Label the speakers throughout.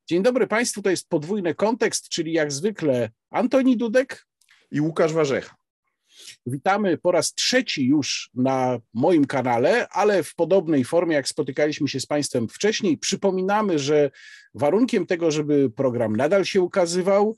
Speaker 1: Dzień dobry Państwu, to jest podwójny kontekst, czyli jak zwykle Antoni Dudek
Speaker 2: i Łukasz Warzecha.
Speaker 1: Witamy po raz trzeci już na moim kanale, ale w podobnej formie, jak spotykaliśmy się z Państwem wcześniej. Przypominamy, że warunkiem tego, żeby program nadal się ukazywał,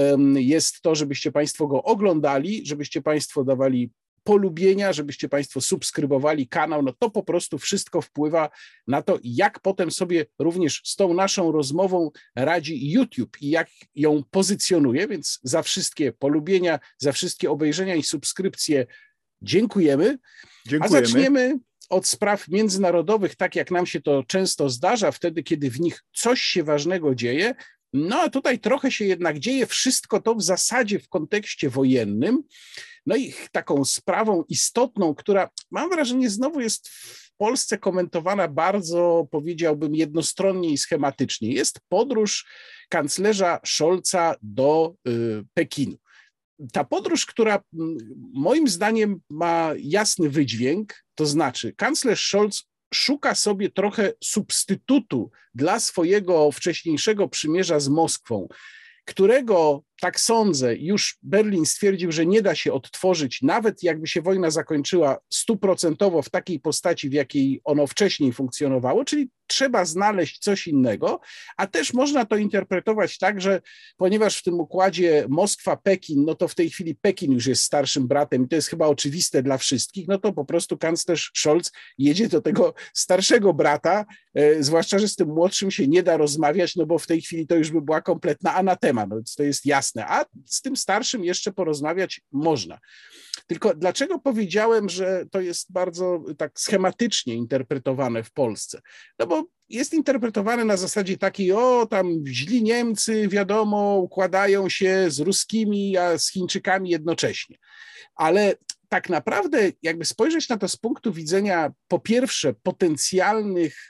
Speaker 1: jest to, żebyście Państwo go oglądali, żebyście Państwo dawali polubienia, żebyście Państwo subskrybowali kanał, no to po prostu wszystko wpływa na to, jak potem sobie również z tą naszą rozmową radzi YouTube i jak ją pozycjonuje, więc za wszystkie polubienia, za wszystkie obejrzenia i subskrypcje dziękujemy. A zaczniemy od spraw międzynarodowych, tak jak nam się to często zdarza, wtedy, kiedy w nich coś się ważnego dzieje. No a tutaj trochę się jednak dzieje, wszystko to w zasadzie w kontekście wojennym. No i taką sprawą istotną, która mam wrażenie znowu jest w Polsce komentowana bardzo, powiedziałbym, jednostronnie i schematycznie, jest podróż kanclerza Scholza do Pekinu. Ta podróż, która moim zdaniem ma jasny wydźwięk, to znaczy kanclerz Scholz szuka sobie trochę substytutu dla swojego wcześniejszego przymierza z Moskwą, którego, tak sądzę, już Berlin stwierdził, że nie da się odtworzyć, nawet jakby się wojna zakończyła 100% w takiej postaci, w jakiej ono wcześniej funkcjonowało, czyli trzeba znaleźć coś innego, a też można to interpretować tak, że ponieważ w tym układzie Moskwa-Pekin, no to w tej chwili Pekin już jest starszym bratem i to jest chyba oczywiste dla wszystkich, no to po prostu kanclerz Scholz jedzie do tego starszego brata, zwłaszcza, że z tym młodszym się nie da rozmawiać, no bo w tej chwili to już by była kompletna anatema, no więc to jest jasne, a z tym starszym jeszcze porozmawiać można. Tylko dlaczego powiedziałem, że to jest bardzo tak schematycznie interpretowane w Polsce? No bo jest interpretowane na zasadzie takiej, o tam źli Niemcy, wiadomo, układają się z ruskimi, a z Chińczykami jednocześnie. Ale tak naprawdę jakby spojrzeć na to z punktu widzenia po pierwsze potencjalnych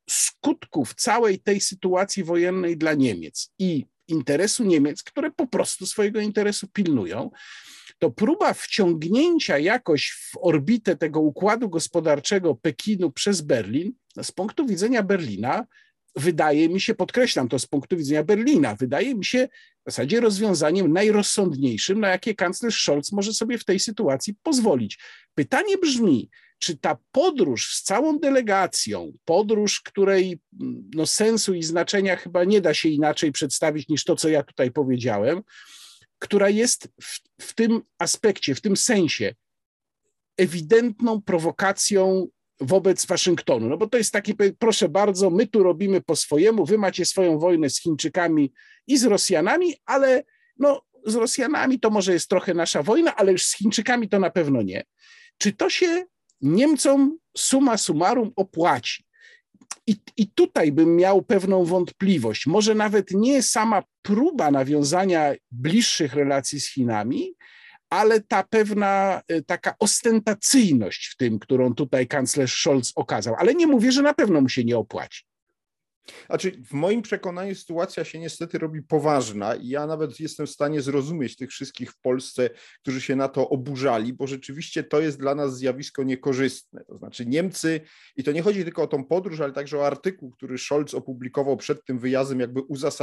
Speaker 1: skutków całej tej sytuacji wojennej dla Niemiec i interesu Niemiec, które po prostu swojego interesu pilnują, to próba wciągnięcia jakoś w orbitę tego układu gospodarczego Pekinu przez Berlin, z punktu widzenia Berlina, wydaje mi się, podkreślam to z punktu widzenia Berlina, wydaje mi się w zasadzie rozwiązaniem najrozsądniejszym, na jakie kanclerz Scholz może sobie w tej sytuacji pozwolić. Pytanie brzmi, czy ta podróż z całą delegacją, podróż, której no, sensu i znaczenia chyba nie da się inaczej przedstawić niż to, co ja tutaj powiedziałem, która jest w tym aspekcie, w tym sensie ewidentną prowokacją wobec Waszyngtonu. No bo to jest taki, proszę bardzo, my tu robimy po swojemu, wy macie swoją wojnę z Chińczykami i z Rosjanami, ale no, z Rosjanami to może jest trochę nasza wojna, ale już z Chińczykami to na pewno nie. Czy to się Niemcom summa summarum opłaci? I tutaj bym miał pewną wątpliwość. Może nawet nie sama próba nawiązania bliższych relacji z Chinami, ale ta pewna taka ostentacyjność w tym, którą tutaj kanclerz Scholz okazał. Ale nie mówię, że na pewno mu się nie opłaci.
Speaker 2: Znaczy, w moim przekonaniu sytuacja się niestety robi poważna i ja nawet jestem w stanie zrozumieć tych wszystkich w Polsce, którzy się na to oburzali, bo rzeczywiście to jest dla nas zjawisko niekorzystne. To znaczy Niemcy, i to nie chodzi tylko o tą podróż, ale także o artykuł, który Scholz opublikował przed tym wyjazdem, jakby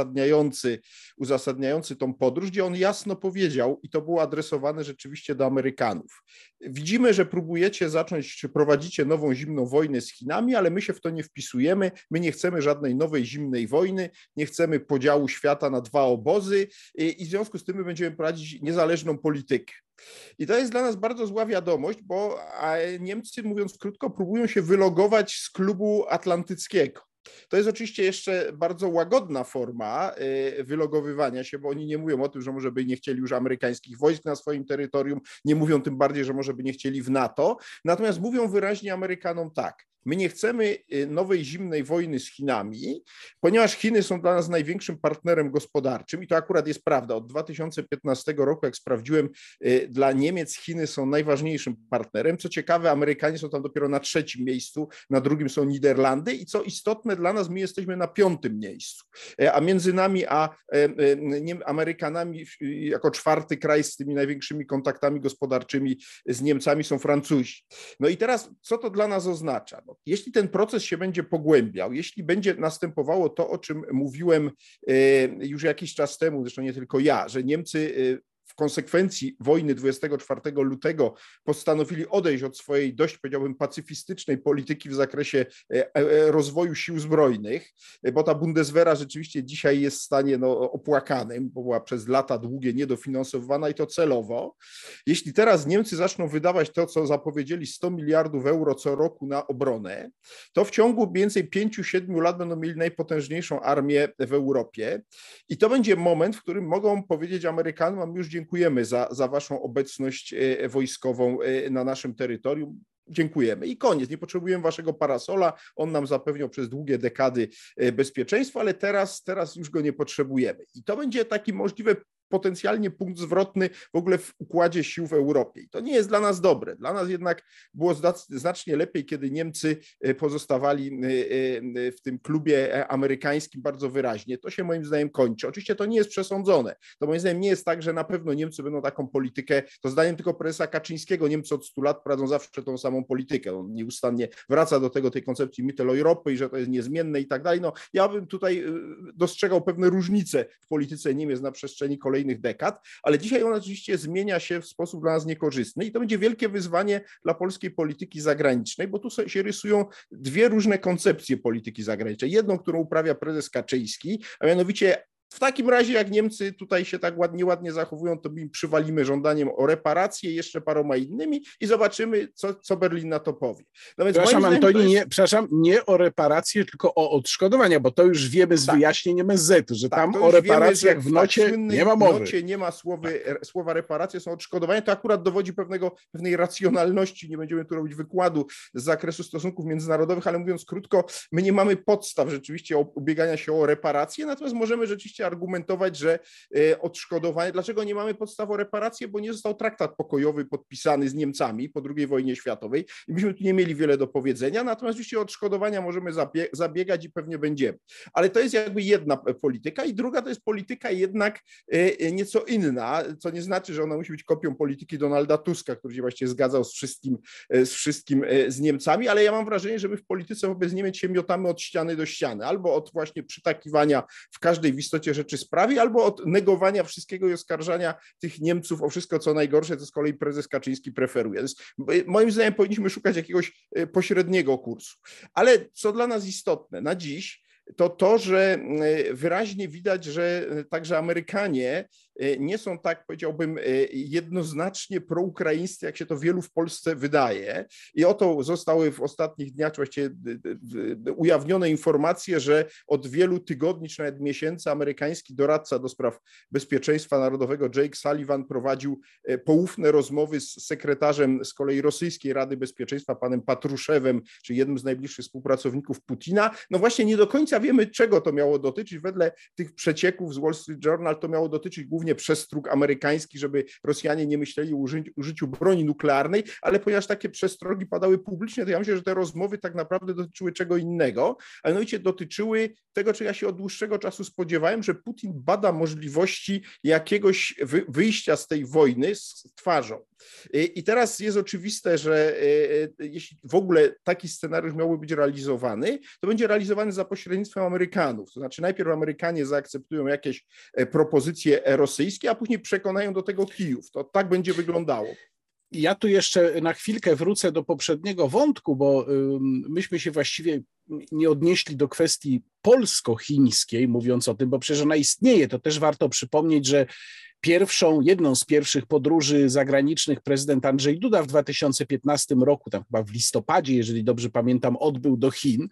Speaker 2: uzasadniający tą podróż, gdzie on jasno powiedział, i to było adresowane rzeczywiście do Amerykanów. Widzimy, że próbujecie zacząć, czy prowadzicie nową zimną wojnę z Chinami, ale my się w to nie wpisujemy, my nie chcemy żadnej nowej zimnej wojny, nie chcemy podziału świata na dwa obozy i w związku z tym my będziemy prowadzić niezależną politykę. I to jest dla nas bardzo zła wiadomość, bo Niemcy, mówiąc krótko, próbują się wylogować z klubu atlantyckiego. To jest oczywiście jeszcze bardzo łagodna forma wylogowywania się, bo oni nie mówią o tym, że może by nie chcieli już amerykańskich wojsk na swoim terytorium, nie mówią tym bardziej, że może by nie chcieli w NATO, natomiast mówią wyraźnie Amerykanom tak: my nie chcemy nowej zimnej wojny z Chinami, ponieważ Chiny są dla nas największym partnerem gospodarczym i to akurat jest prawda. Od 2015 roku, jak sprawdziłem, dla Niemiec Chiny są najważniejszym partnerem. Co ciekawe, Amerykanie są tam dopiero na 3. miejscu, na 2. są Niderlandy i co istotne dla nas, my jesteśmy na 5. miejscu, a między nami a Amerykanami jako 4. kraj z tymi największymi kontaktami gospodarczymi z Niemcami są Francuzi. No i teraz co to dla nas oznacza? bok. Jeśli ten proces się będzie pogłębiał, jeśli będzie następowało to, o czym mówiłem już jakiś czas temu, zresztą nie tylko ja, że Niemcy w konsekwencji wojny 24 lutego postanowili odejść od swojej dość, powiedziałbym, pacyfistycznej polityki w zakresie rozwoju sił zbrojnych, bo ta Bundeswehra rzeczywiście dzisiaj jest w stanie opłakanym, bo była przez lata długie niedofinansowywana i to celowo. Jeśli teraz Niemcy zaczną wydawać to, co zapowiedzieli, 100 miliardów euro co roku na obronę, to w ciągu mniej więcej 5-7 lat będą mieli najpotężniejszą armię w Europie i to będzie moment, w którym mogą powiedzieć Amerykanom: a my już dziękujemy za waszą obecność wojskową na naszym terytorium. Dziękujemy i koniec. Nie potrzebujemy waszego parasola. On nam zapewniał przez długie dekady bezpieczeństwo, ale teraz już go nie potrzebujemy. I to będzie taki możliwy potencjalnie punkt zwrotny w ogóle w układzie sił w Europie. I to nie jest dla nas dobre. Dla nas jednak było znacznie lepiej, kiedy Niemcy pozostawali w tym klubie amerykańskim bardzo wyraźnie. To się moim zdaniem kończy. Oczywiście to nie jest przesądzone. To moim zdaniem nie jest tak, że na pewno Niemcy będą taką politykę, to zdaniem tylko prezesa Kaczyńskiego, Niemcy od 100 lat prowadzą zawsze tą samą politykę. On nieustannie wraca do tej koncepcji Mitteleuropy i że to jest niezmienne i tak dalej. No, ja bym tutaj dostrzegał pewne różnice w polityce Niemiec na przestrzeni kolejnych dekad, ale dzisiaj ona oczywiście zmienia się w sposób dla nas niekorzystny i to będzie wielkie wyzwanie dla polskiej polityki zagranicznej, bo tu się rysują dwie różne koncepcje polityki zagranicznej. Jedną, którą uprawia prezes Kaczyński, a mianowicie w takim razie, jak Niemcy tutaj się tak ładnie zachowują, to my im przywalimy żądaniem o reparacje, jeszcze paroma innymi i zobaczymy, co Berlin na to powie. No więc
Speaker 1: przepraszam, Antoni, nie o reparacje, tylko o odszkodowania, bo to już wiemy z wyjaśnień MSZ-u, że tam o reparacjach w nocie nie ma mowy. W nocie
Speaker 2: nie ma słowa reparacje, są odszkodowania. To akurat dowodzi pewnej racjonalności. Nie będziemy tu robić wykładu z zakresu stosunków międzynarodowych, ale mówiąc krótko, my nie mamy podstaw rzeczywiście ubiegania się o reparacje, natomiast możemy rzeczywiście argumentować, że odszkodowanie, dlaczego nie mamy podstaw o reparacje, bo nie został traktat pokojowy podpisany z Niemcami po II wojnie światowej i myśmy tu nie mieli wiele do powiedzenia, natomiast oczywiście o odszkodowania możemy zabiegać i pewnie będziemy. Ale to jest jakby jedna polityka i druga to jest polityka jednak nieco inna, co nie znaczy, że ona musi być kopią polityki Donalda Tuska, który się właściwie zgadzał z wszystkim z Niemcami, ale ja mam wrażenie, że my w polityce wobec Niemiec się miotamy od ściany do ściany, albo od właśnie przytakiwania w każdej w istocie rzeczy sprawie, albo od negowania wszystkiego i oskarżania tych Niemców o wszystko, co najgorsze, co z kolei prezes Kaczyński preferuje. Więc moim zdaniem powinniśmy szukać jakiegoś pośredniego kursu. Ale co dla nas istotne na dziś, to, że wyraźnie widać, że także Amerykanie nie są tak, powiedziałbym, jednoznacznie proukraińscy, jak się to wielu w Polsce wydaje. I oto zostały w ostatnich dniach właściwie ujawnione informacje, że od wielu tygodni czy nawet miesięcy amerykański doradca do spraw bezpieczeństwa narodowego Jake Sullivan prowadził poufne rozmowy z sekretarzem z kolei rosyjskiej Rady Bezpieczeństwa, panem Patruszewem, czyli jednym z najbliższych współpracowników Putina. No właśnie nie do końca wiemy, czego to miało dotyczyć. Wedle tych przecieków z Wall Street Journal to miało dotyczyć głównie przestróg amerykańskich, żeby Rosjanie nie myśleli o użyciu broni nuklearnej, ale ponieważ takie przestrogi padały publicznie, to ja myślę, że te rozmowy tak naprawdę dotyczyły czego innego, a mianowicie dotyczyły tego, czego ja się od dłuższego czasu spodziewałem, że Putin bada możliwości jakiegoś wyjścia z tej wojny z twarzą. I teraz jest oczywiste, że jeśli w ogóle taki scenariusz miałby być realizowany, to będzie realizowany za pośrednictwem Amerykanów. To znaczy najpierw Amerykanie zaakceptują jakieś propozycje rosyjskie, a później przekonają do tego Kijów. To tak będzie wyglądało.
Speaker 1: Ja tu jeszcze na chwilkę wrócę do poprzedniego wątku, bo myśmy się właściwie nie odnieśli do kwestii polsko-chińskiej, mówiąc o tym, bo przecież ona istnieje. To też warto przypomnieć, że jedną z pierwszych podróży zagranicznych prezydent Andrzej Duda w 2015 roku, tam chyba w listopadzie, jeżeli dobrze pamiętam, odbył do Chin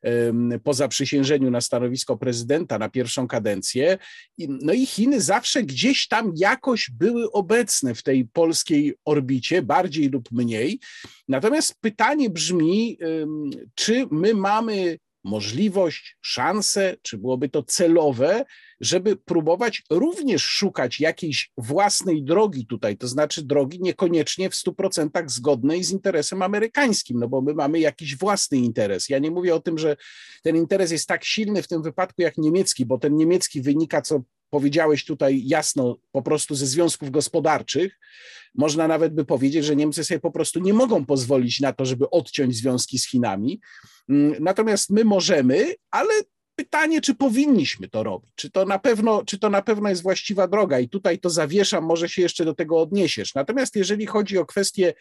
Speaker 1: po zaprzysiężeniu na stanowisko prezydenta na pierwszą kadencję. No i Chiny zawsze gdzieś tam jakoś były obecne w tej polskiej orbicie, bardziej lub mniej. Natomiast pytanie brzmi, czy my mamy możliwość, szansę, czy byłoby to celowe, żeby próbować również szukać jakiejś własnej drogi tutaj, to znaczy drogi niekoniecznie w 100% zgodnej z interesem amerykańskim, no bo my mamy jakiś własny interes. Ja nie mówię o tym, że ten interes jest tak silny w tym wypadku jak niemiecki, bo ten niemiecki wynika, co powiedziałeś tutaj jasno, po prostu ze związków gospodarczych, można nawet by powiedzieć, że Niemcy sobie po prostu nie mogą pozwolić na to, żeby odciąć związki z Chinami. Natomiast my możemy, ale pytanie, czy powinniśmy to robić, czy to na pewno jest właściwa droga i tutaj to zawieszam, może się jeszcze do tego odniesiesz. Natomiast jeżeli chodzi o kwestię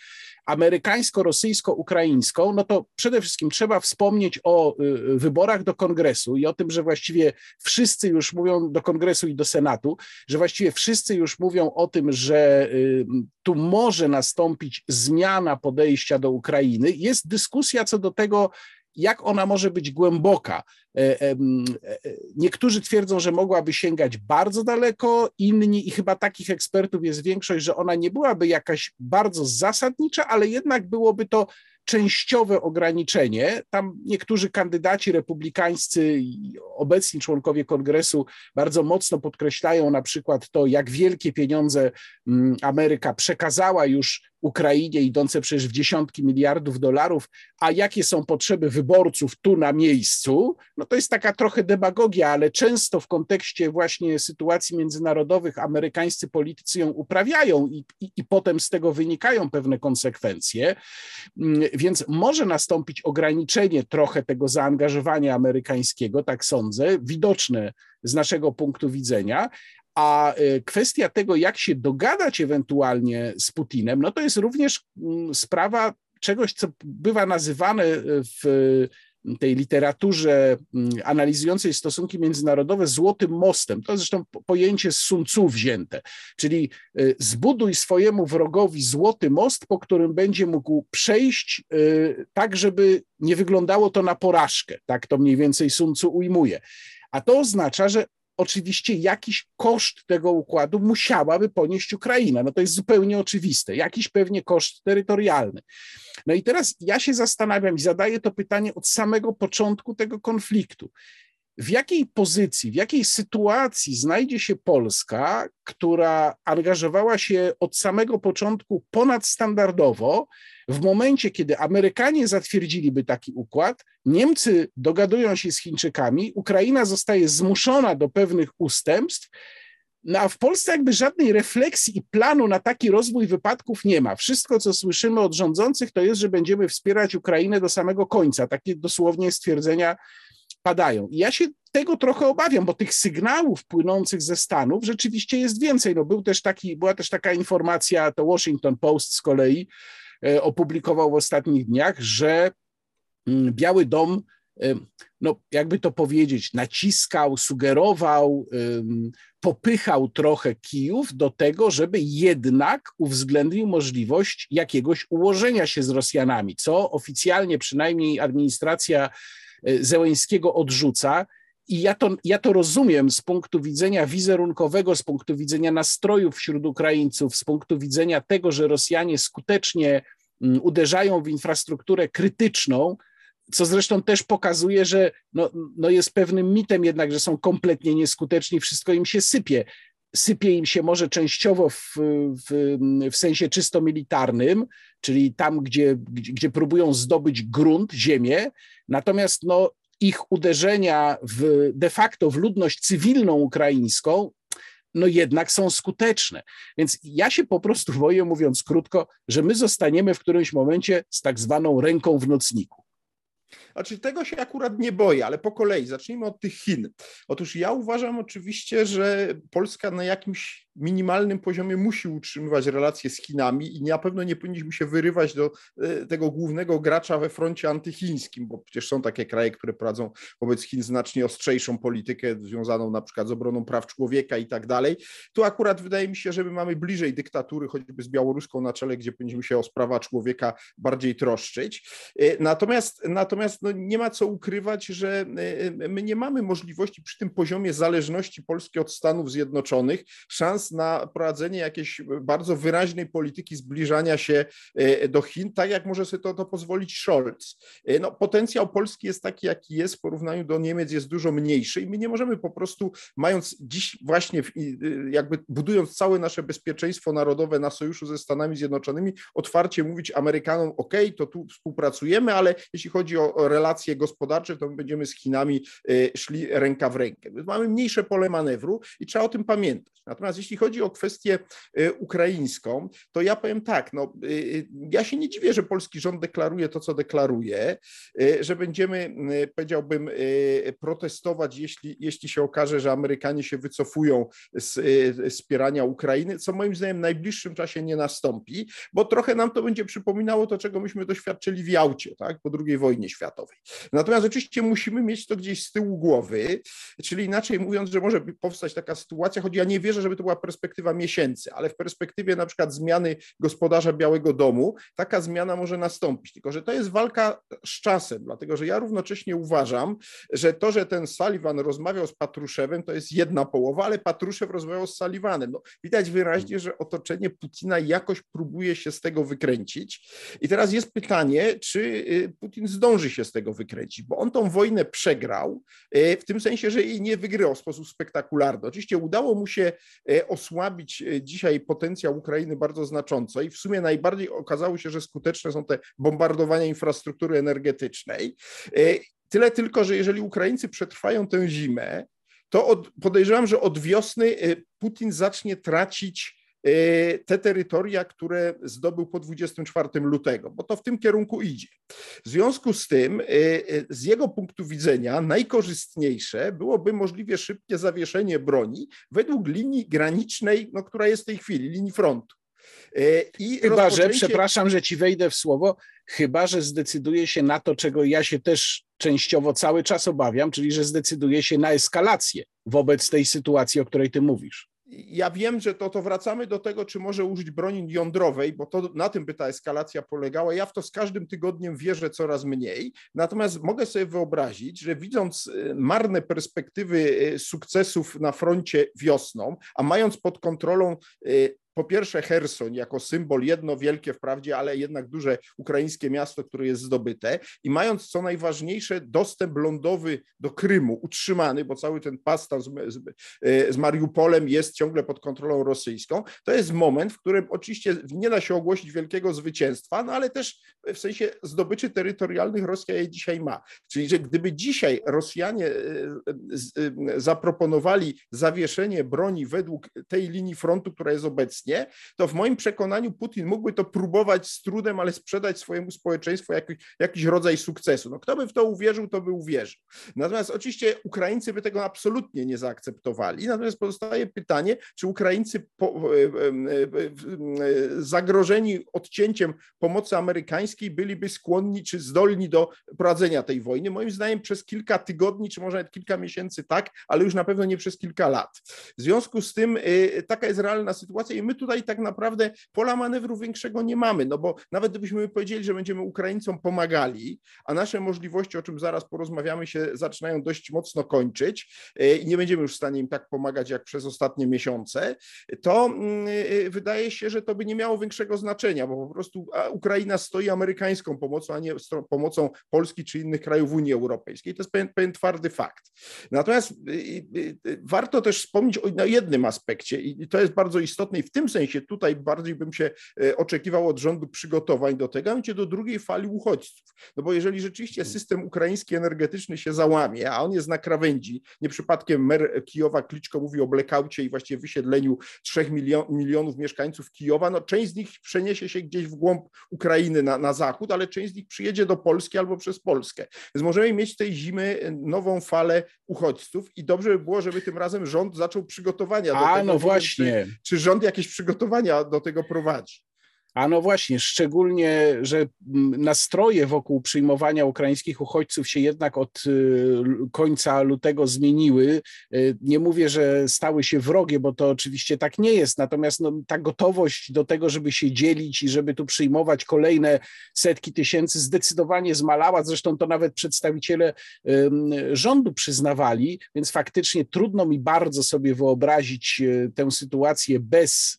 Speaker 1: amerykańsko-rosyjsko-ukraińską, no to przede wszystkim trzeba wspomnieć o wyborach do Kongresu i o tym, że właściwie wszyscy już mówią do Kongresu i do Senatu, że właściwie wszyscy już mówią o tym, że tu może nastąpić zmiana podejścia do Ukrainy. Jest dyskusja co do tego, jak ona może być głęboka. Niektórzy twierdzą, że mogłaby sięgać bardzo daleko, inni, i chyba takich ekspertów jest większość, że ona nie byłaby jakaś bardzo zasadnicza, ale jednak byłoby to częściowe ograniczenie. Tam niektórzy kandydaci republikańscy i obecni członkowie Kongresu bardzo mocno podkreślają na przykład to, jak wielkie pieniądze Ameryka przekazała już Ukrainie, idące przecież w dziesiątki miliardów dolarów, a jakie są potrzeby wyborców tu na miejscu. No to jest taka trochę demagogia, ale często w kontekście właśnie sytuacji międzynarodowych amerykańscy politycy ją uprawiają i potem z tego wynikają pewne konsekwencje. Więc może nastąpić ograniczenie trochę tego zaangażowania amerykańskiego, tak sądzę, widoczne z naszego punktu widzenia. A kwestia tego, jak się dogadać ewentualnie z Putinem, no to jest również sprawa czegoś, co bywa nazywane w tej literaturze analizującej stosunki międzynarodowe złotym mostem. To jest zresztą pojęcie z Sun Tzu wzięte, czyli zbuduj swojemu wrogowi złoty most, po którym będzie mógł przejść tak, żeby nie wyglądało to na porażkę. Tak to mniej więcej Sun Tzu ujmuje. A to oznacza, że oczywiście jakiś koszt tego układu musiałaby ponieść Ukraina. No to jest zupełnie oczywiste. Jakiś pewnie koszt terytorialny. No i teraz ja się zastanawiam i zadaję to pytanie od samego początku tego konfliktu. W jakiej pozycji, w jakiej sytuacji znajdzie się Polska, która angażowała się od samego początku ponadstandardowo, w momencie, kiedy Amerykanie zatwierdziliby taki układ, Niemcy dogadują się z Chińczykami, Ukraina zostaje zmuszona do pewnych ustępstw, no a w Polsce jakby żadnej refleksji i planu na taki rozwój wypadków nie ma. Wszystko, co słyszymy od rządzących, to jest, że będziemy wspierać Ukrainę do samego końca. Takie dosłownie stwierdzenia padają. I ja się tego trochę obawiam, bo tych sygnałów płynących ze Stanów rzeczywiście jest więcej. No była też taka informacja, to Washington Post z kolei opublikował w ostatnich dniach, że Biały Dom, no jakby to powiedzieć, naciskał, sugerował, popychał trochę Kijów do tego, żeby jednak uwzględnił możliwość jakiegoś ułożenia się z Rosjanami, co oficjalnie przynajmniej administracja Zełenskiego odrzuca. I ja to rozumiem z punktu widzenia wizerunkowego, z punktu widzenia nastrojów wśród Ukraińców, z punktu widzenia tego, że Rosjanie skutecznie uderzają w infrastrukturę krytyczną, co zresztą też pokazuje, że no jest pewnym mitem jednak, że są kompletnie nieskuteczni, wszystko im się sypie. Sypie im się może częściowo w sensie czysto militarnym, czyli tam, gdzie próbują zdobyć grunt, ziemię, natomiast ich uderzenia de facto w ludność cywilną ukraińską no jednak są skuteczne. Więc ja się po prostu boję, mówiąc krótko, że my zostaniemy w którymś momencie z tak zwaną ręką w nocniku.
Speaker 2: Znaczy tego się akurat nie boję, ale po kolei zacznijmy od tych Chin. Otóż ja uważam oczywiście, że Polska na jakimś minimalnym poziomie musi utrzymywać relacje z Chinami i na pewno nie powinniśmy się wyrywać do tego głównego gracza we froncie antychińskim, bo przecież są takie kraje, które prowadzą wobec Chin znacznie ostrzejszą politykę związaną na przykład z obroną praw człowieka i tak dalej. Tu akurat wydaje mi się, że my mamy bliżej dyktatury, choćby z białoruską na czele, gdzie powinniśmy się o sprawa człowieka bardziej troszczyć. Natomiast nie ma co ukrywać, że my nie mamy możliwości przy tym poziomie zależności Polski od Stanów Zjednoczonych szans szans na prowadzenie jakiejś bardzo wyraźnej polityki zbliżania się do Chin, tak jak może sobie to pozwolić Scholz. No, potencjał Polski jest taki, jaki jest, w porównaniu do Niemiec jest dużo mniejszy i my nie możemy po prostu, mając dziś właśnie, jakby budując całe nasze bezpieczeństwo narodowe na sojuszu ze Stanami Zjednoczonymi, otwarcie mówić Amerykanom, ok, to tu współpracujemy, ale jeśli chodzi o relacje gospodarcze, to my będziemy z Chinami szli ręka w rękę. Mamy mniejsze pole manewru i trzeba o tym pamiętać. Natomiast jeśli chodzi o kwestię ukraińską, to ja powiem tak, no, ja się nie dziwię, że polski rząd deklaruje to, co deklaruje, że będziemy, powiedziałbym, protestować, jeśli się okaże, że Amerykanie się wycofują z wspierania Ukrainy, co moim zdaniem w najbliższym czasie nie nastąpi, bo trochę nam to będzie przypominało to, czego myśmy doświadczyli w Jałcie, tak, po II wojnie światowej. Natomiast oczywiście musimy mieć to gdzieś z tyłu głowy, czyli inaczej mówiąc, że może powstać taka sytuacja, choć ja nie wierzę, żeby to była perspektywa miesięcy, ale w perspektywie na przykład zmiany gospodarza Białego Domu, taka zmiana może nastąpić, tylko że to jest walka z czasem, dlatego że ja równocześnie uważam, że to, że ten Sullivan rozmawiał z Patruszewem, to jest jedna połowa, ale Patruszew rozmawiał z Sullivanem. No, widać wyraźnie, że otoczenie Putina jakoś próbuje się z tego wykręcić. I teraz jest pytanie, czy Putin zdąży się z tego wykręcić, bo on tą wojnę przegrał, w tym sensie, że jej nie wygrał w sposób spektakularny. Oczywiście udało mu się osłabić dzisiaj potencjał Ukrainy bardzo znacząco i w sumie najbardziej okazało się, że skuteczne są te bombardowania infrastruktury energetycznej. Tyle tylko, że jeżeli Ukraińcy przetrwają tę zimę, to podejrzewam, że od wiosny Putin zacznie tracić te terytoria, które zdobył po 24 lutego, bo to w tym kierunku idzie. W związku z tym, z jego punktu widzenia, najkorzystniejsze byłoby możliwie szybkie zawieszenie broni według linii granicznej, no, która jest w tej chwili, linii frontu.
Speaker 1: Chyba, że, przepraszam, że ci wejdę w słowo, chyba, że zdecyduje się na to, czego ja się też częściowo cały czas obawiam, czyli że zdecyduje się na eskalację wobec tej sytuacji, o której ty mówisz.
Speaker 2: Ja wiem, że to wracamy do tego, czy może użyć broni jądrowej, bo to na tym by ta eskalacja polegała. Ja w to z każdym tygodniem wierzę coraz mniej. Natomiast mogę sobie wyobrazić, że widząc marne perspektywy sukcesów na froncie wiosną, a mając pod kontrolą po pierwsze Cherson jako symbol, jedno wielkie wprawdzie, ale jednak duże ukraińskie miasto, które jest zdobyte i mając co najważniejsze dostęp lądowy do Krymu utrzymany, bo cały ten pas tam z Mariupolem jest ciągle pod kontrolą rosyjską, to jest moment, w którym oczywiście nie da się ogłosić wielkiego zwycięstwa, no ale też w sensie zdobyczy terytorialnych Rosja je dzisiaj ma. Czyli, że gdyby dzisiaj Rosjanie zaproponowali zawieszenie broni według tej linii frontu, która jest obecnie, to w moim przekonaniu Putin mógłby to próbować z trudem, ale sprzedać swojemu społeczeństwu jakiś rodzaj sukcesu. No, kto by w to uwierzył, to by uwierzył. Natomiast oczywiście Ukraińcy by tego absolutnie nie zaakceptowali. Natomiast pozostaje pytanie, czy Ukraińcy zagrożeni odcięciem pomocy amerykańskiej byliby skłonni czy zdolni do prowadzenia tej wojny. Moim zdaniem przez kilka tygodni, czy może nawet kilka miesięcy tak, ale już na pewno nie przez kilka lat. W związku z tym taka jest realna sytuacja i my tutaj tak naprawdę pola manewru większego nie mamy, no bo nawet gdybyśmy powiedzieli, że będziemy Ukraińcom pomagali, a nasze możliwości, o czym zaraz porozmawiamy, się zaczynają dość mocno kończyć i nie będziemy już w stanie im tak pomagać jak przez ostatnie miesiące, to wydaje się, że to by nie miało większego znaczenia, bo po prostu Ukraina stoi amerykańską pomocą, a nie pomocą Polski czy innych krajów Unii Europejskiej. To jest pewien twardy fakt. Natomiast warto też wspomnieć o jednym aspekcie i to jest bardzo istotne i w tym sensie tutaj bardziej bym się oczekiwał od rządu przygotowań do tego, a mianowicie do drugiej fali uchodźców. No bo jeżeli rzeczywiście system ukraiński energetyczny się załamie, a on jest na krawędzi, nie przypadkiem mer Kijowa Kliczko mówi o blackoutie i właściwie wysiedleniu 3 milionów mieszkańców Kijowa, no część z nich przeniesie się gdzieś w głąb Ukrainy na zachód, ale część z nich przyjedzie do Polski albo przez Polskę. Więc możemy mieć tej zimy nową falę uchodźców i dobrze by było, żeby tym razem rząd zaczął przygotowania do tego.
Speaker 1: No właśnie.
Speaker 2: Czy rząd jakieś przygotowania do tego prowadzi?
Speaker 1: A no właśnie, szczególnie, że nastroje wokół przyjmowania ukraińskich uchodźców się jednak od końca lutego zmieniły. Nie mówię, że stały się wrogie, bo to oczywiście tak nie jest, natomiast no, ta gotowość do tego, żeby się dzielić i żeby tu przyjmować kolejne setki tysięcy zdecydowanie zmalała. Zresztą to nawet przedstawiciele rządu przyznawali, więc faktycznie trudno mi bardzo sobie wyobrazić tę sytuację bez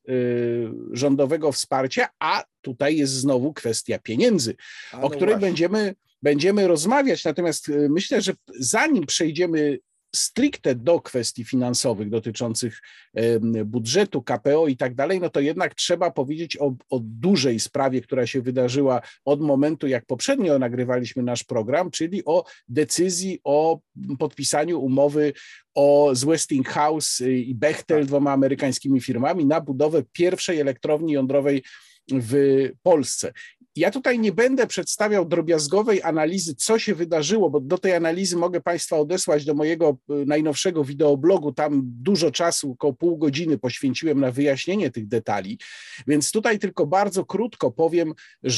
Speaker 1: rządowego wsparcia, a tutaj jest znowu kwestia pieniędzy, o której będziemy rozmawiać. Natomiast myślę, że zanim przejdziemy stricte do kwestii finansowych dotyczących budżetu, KPO i tak dalej, no to jednak trzeba powiedzieć o dużej sprawie, która się wydarzyła od momentu, jak poprzednio nagrywaliśmy nasz program, czyli o decyzji o podpisaniu umowy z Westinghouse i Bechtel, dwoma amerykańskimi firmami, na budowę pierwszej elektrowni jądrowej w Polsce. Ja tutaj nie będę przedstawiał drobiazgowej analizy, co się wydarzyło, bo do tej analizy mogę Państwa odesłać do mojego najnowszego wideoblogu. Tam dużo czasu, około pół godziny poświęciłem na wyjaśnienie tych detali, więc tutaj tylko bardzo krótko powiem,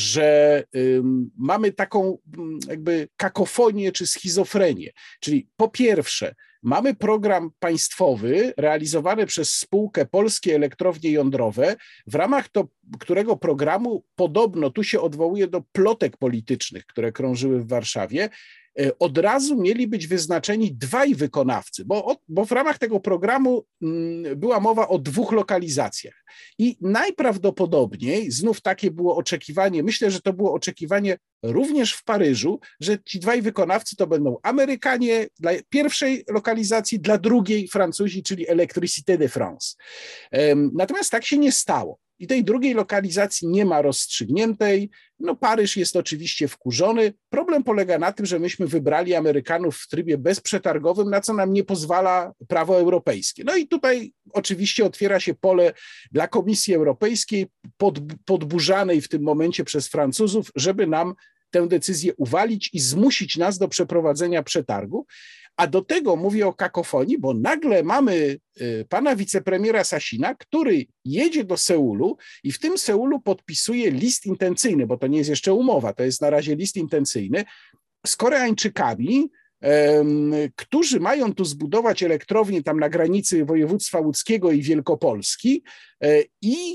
Speaker 1: że mamy taką jakby kakofonię czy schizofrenię, czyli po pierwsze mamy program państwowy realizowany przez spółkę Polskie Elektrownie Jądrowe, w ramach którego programu podobno, tu się odwołuje do plotek politycznych, które krążyły w Warszawie, od razu mieli być wyznaczeni dwaj wykonawcy, bo w ramach tego programu była mowa o dwóch lokalizacjach. I najprawdopodobniej, znów takie było oczekiwanie, myślę, że to było oczekiwanie również w Paryżu, że ci dwaj wykonawcy to będą Amerykanie dla pierwszej lokalizacji, dla drugiej Francuzi, czyli Électricité de France. Natomiast tak się nie stało. I tej drugiej lokalizacji nie ma rozstrzygniętej. No Paryż jest oczywiście wkurzony. Problem polega na tym, że myśmy wybrali Amerykanów w trybie bezprzetargowym, na co nam nie pozwala prawo europejskie. No i tutaj oczywiście otwiera się pole dla Komisji Europejskiej, podburzanej w tym momencie przez Francuzów, żeby nam tę decyzję uwalić i zmusić nas do przeprowadzenia przetargu. A do tego mówię o kakofonii, bo nagle mamy pana wicepremiera Sasina, który jedzie do Seulu i w tym Seulu podpisuje list intencyjny, bo to nie jest jeszcze umowa, to jest na razie list intencyjny, z Koreańczykami, którzy mają tu zbudować elektrownię tam na granicy województwa łódzkiego i Wielkopolski i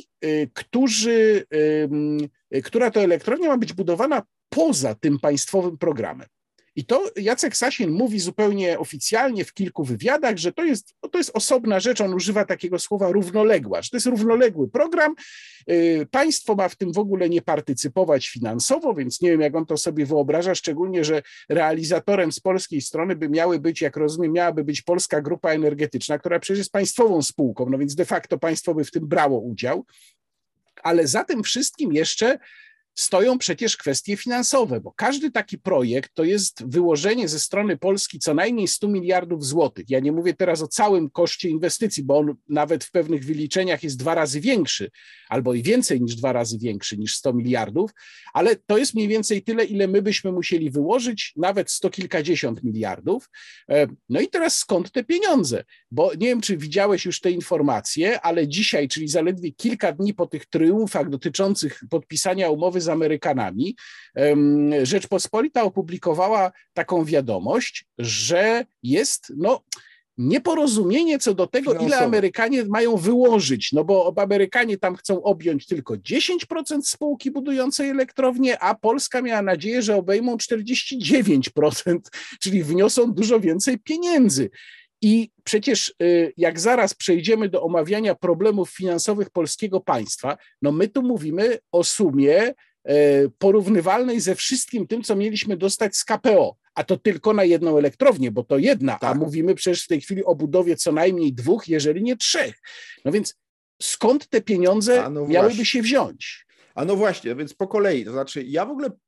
Speaker 1: która to elektrownia ma być budowana poza tym państwowym programem. I to Jacek Sasin mówi zupełnie oficjalnie w kilku wywiadach, że to jest osobna rzecz, on używa takiego słowa równoległa, że to jest równoległy program, państwo ma w tym w ogóle nie partycypować finansowo, więc nie wiem, jak on to sobie wyobraża, szczególnie, że realizatorem z polskiej strony miałaby być Polska Grupa Energetyczna, która przecież jest państwową spółką, no więc de facto państwo by w tym brało udział, ale za tym wszystkim jeszcze stoją przecież kwestie finansowe, bo każdy taki projekt to jest wyłożenie ze strony Polski co najmniej 100 miliardów złotych. Ja nie mówię teraz o całym koszcie inwestycji, bo on nawet w pewnych wyliczeniach jest 2 razy większy, albo i więcej niż 2 razy większy niż 100 miliardów, ale to jest mniej więcej tyle, ile my byśmy musieli wyłożyć, nawet 100 kilkadziesiąt miliardów. No i teraz skąd te pieniądze? Bo nie wiem, czy widziałeś już te informacje, ale dzisiaj, czyli zaledwie kilka dni po tych triumfach dotyczących podpisania umowy z Amerykanami, Rzeczpospolita opublikowała taką wiadomość, że jest nieporozumienie co do tego, ile Amerykanie mają wyłożyć, no bo Amerykanie tam chcą objąć tylko 10% spółki budującej elektrownię, a Polska miała nadzieję, że obejmą 49%, czyli wniosą dużo więcej pieniędzy. I przecież jak zaraz przejdziemy do omawiania problemów finansowych polskiego państwa, no my tu mówimy o sumie porównywalnej ze wszystkim tym, co mieliśmy dostać z KPO, a to tylko na jedną elektrownię, bo to jedna, tak. A mówimy przecież w tej chwili o budowie co najmniej 2, jeżeli nie 3. No więc skąd te pieniądze miałyby się wziąć?
Speaker 2: A no właśnie, więc po kolei, to znaczy ja w ogóle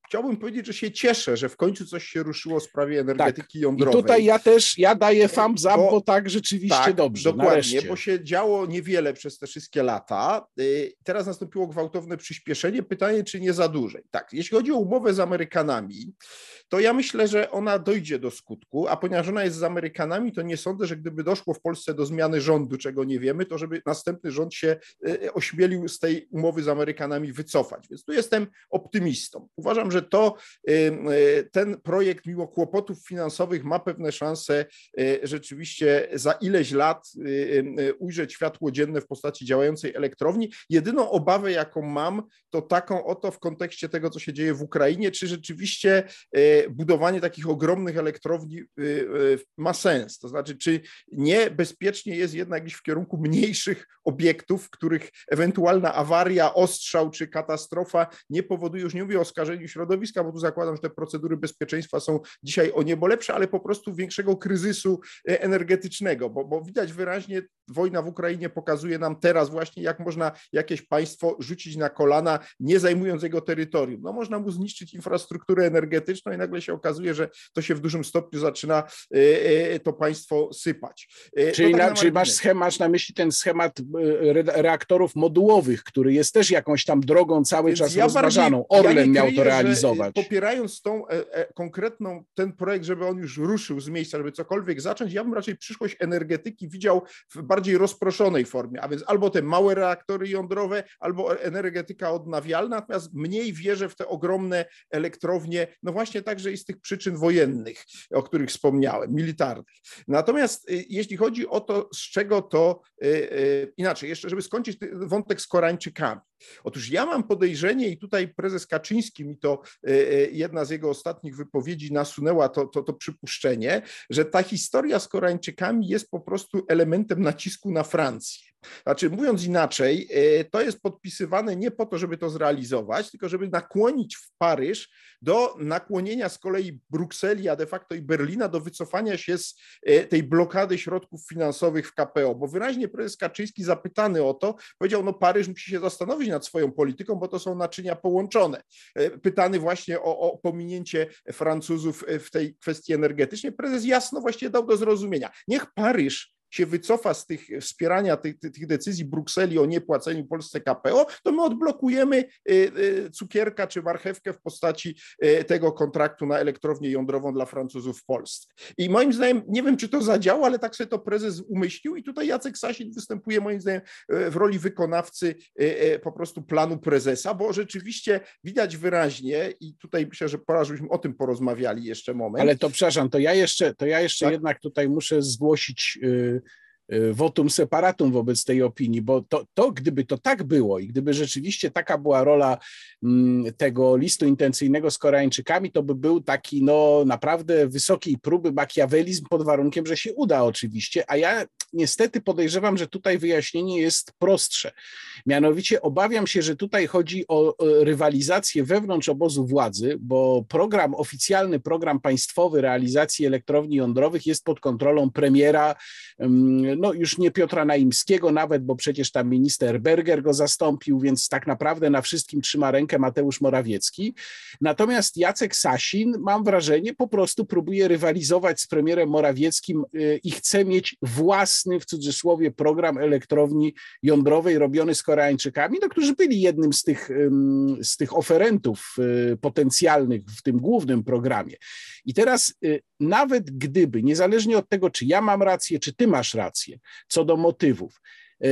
Speaker 2: chciałbym powiedzieć, że się cieszę, że w końcu coś się ruszyło w sprawie energetyki jądrowej.
Speaker 1: I tutaj ja daję thumbs up, bo tak rzeczywiście dobrze.
Speaker 2: Dokładnie,
Speaker 1: nareszcie.
Speaker 2: Bo się działo niewiele przez te wszystkie lata. Teraz nastąpiło gwałtowne przyspieszenie. Pytanie, czy nie za dłużej. Tak, jeśli chodzi o umowę z Amerykanami, to ja myślę, że ona dojdzie do skutku, a ponieważ ona jest z Amerykanami, to nie sądzę, że gdyby doszło w Polsce do zmiany rządu, czego nie wiemy, to żeby następny rząd się ośmielił z tej umowy z Amerykanami wycofać. Więc tu jestem optymistą. Uważam, że ten projekt mimo kłopotów finansowych ma pewne szanse rzeczywiście za ileś lat ujrzeć światło dzienne w postaci działającej elektrowni. Jedyną obawę, jaką mam, to taką oto w kontekście tego, co się dzieje w Ukrainie, czy rzeczywiście budowanie takich ogromnych elektrowni ma sens. To znaczy, czy nie bezpiecznie jest jednak iść w kierunku mniejszych obiektów, w których ewentualna awaria, ostrzał czy katastrofa nie powoduje, już nie mówię o skażeniu środowiska, bo tu zakładam, że te procedury bezpieczeństwa są dzisiaj o niebo lepsze, ale po prostu większego kryzysu energetycznego, bo widać wyraźnie, wojna w Ukrainie pokazuje nam teraz właśnie, jak można jakieś państwo rzucić na kolana, nie zajmując jego terytorium. No można mu zniszczyć infrastrukturę energetyczną i nagle się okazuje, że to się w dużym stopniu zaczyna to państwo sypać.
Speaker 1: Czyli masz na myśli ten schemat reaktorów modułowych, który jest też jakąś tam drogą cały czas rozważaną. Orlen miał to realizować.
Speaker 2: Popierając tą konkretną, ten projekt, żeby on już ruszył z miejsca, żeby cokolwiek zacząć, ja bym raczej przyszłość energetyki widział w bardziej rozproszonej formie, a więc albo te małe reaktory jądrowe, albo energetyka odnawialna, natomiast mniej wierzę w te ogromne elektrownie, no właśnie także i z tych przyczyn wojennych, o których wspomniałem, militarnych. Natomiast jeśli chodzi o to, z czego to inaczej, jeszcze żeby skończyć wątek z Koreańczykami. Otóż ja mam podejrzenie i tutaj prezes Kaczyński mi to jedna z jego ostatnich wypowiedzi nasunęła to przypuszczenie, że ta historia z Koreańczykami jest po prostu elementem nacisku na Francję. Znaczy, mówiąc inaczej, to jest podpisywane nie po to, żeby to zrealizować, tylko żeby nakłonić w Paryż do nakłonienia z kolei Brukseli, a de facto i Berlina do wycofania się z tej blokady środków finansowych w KPO, bo wyraźnie prezes Kaczyński zapytany o to powiedział, no Paryż musi się zastanowić nad swoją polityką, bo to są naczynia połączone. Pytany właśnie o pominięcie Francuzów w tej kwestii energetycznej, prezes jasno właśnie dał do zrozumienia. Niech Paryż się wycofa z tych wspierania tych decyzji Brukseli o niepłaceniu Polsce KPO, to my odblokujemy cukierka czy marchewkę w postaci tego kontraktu na elektrownię jądrową dla Francuzów w Polsce. I moim zdaniem, nie wiem, czy to zadziała, ale tak sobie to prezes umyślił i tutaj Jacek Sasin występuje moim zdaniem w roli wykonawcy po prostu planu prezesa, bo rzeczywiście widać wyraźnie i tutaj myślę, że pora, żebyśmy o tym porozmawiali jeszcze moment.
Speaker 1: Ale to przepraszam, to ja jeszcze
Speaker 2: tak?
Speaker 1: jednak tutaj muszę zgłosić votum separatum wobec tej opinii, bo to gdyby to tak było i gdyby rzeczywiście taka była rola tego listu intencyjnego z Koreańczykami, to by był taki no naprawdę wysokiej próby makiawelizm pod warunkiem, że się uda oczywiście, a ja niestety podejrzewam, że tutaj wyjaśnienie jest prostsze. Mianowicie obawiam się, że tutaj chodzi o rywalizację wewnątrz obozu władzy, bo oficjalny program państwowy realizacji elektrowni jądrowych jest pod kontrolą premiera, no już nie Piotra Naimskiego nawet, bo przecież tam minister Berger go zastąpił, więc tak naprawdę na wszystkim trzyma rękę Mateusz Morawiecki. Natomiast Jacek Sasin, mam wrażenie, po prostu próbuje rywalizować z premierem Morawieckim i chce mieć własny, w cudzysłowie, program elektrowni jądrowej robiony z Koreańczykami, no, którzy byli jednym z tych oferentów potencjalnych w tym głównym programie. I teraz nawet gdyby, niezależnie od tego, czy ja mam rację, czy ty masz rację, co do motywów,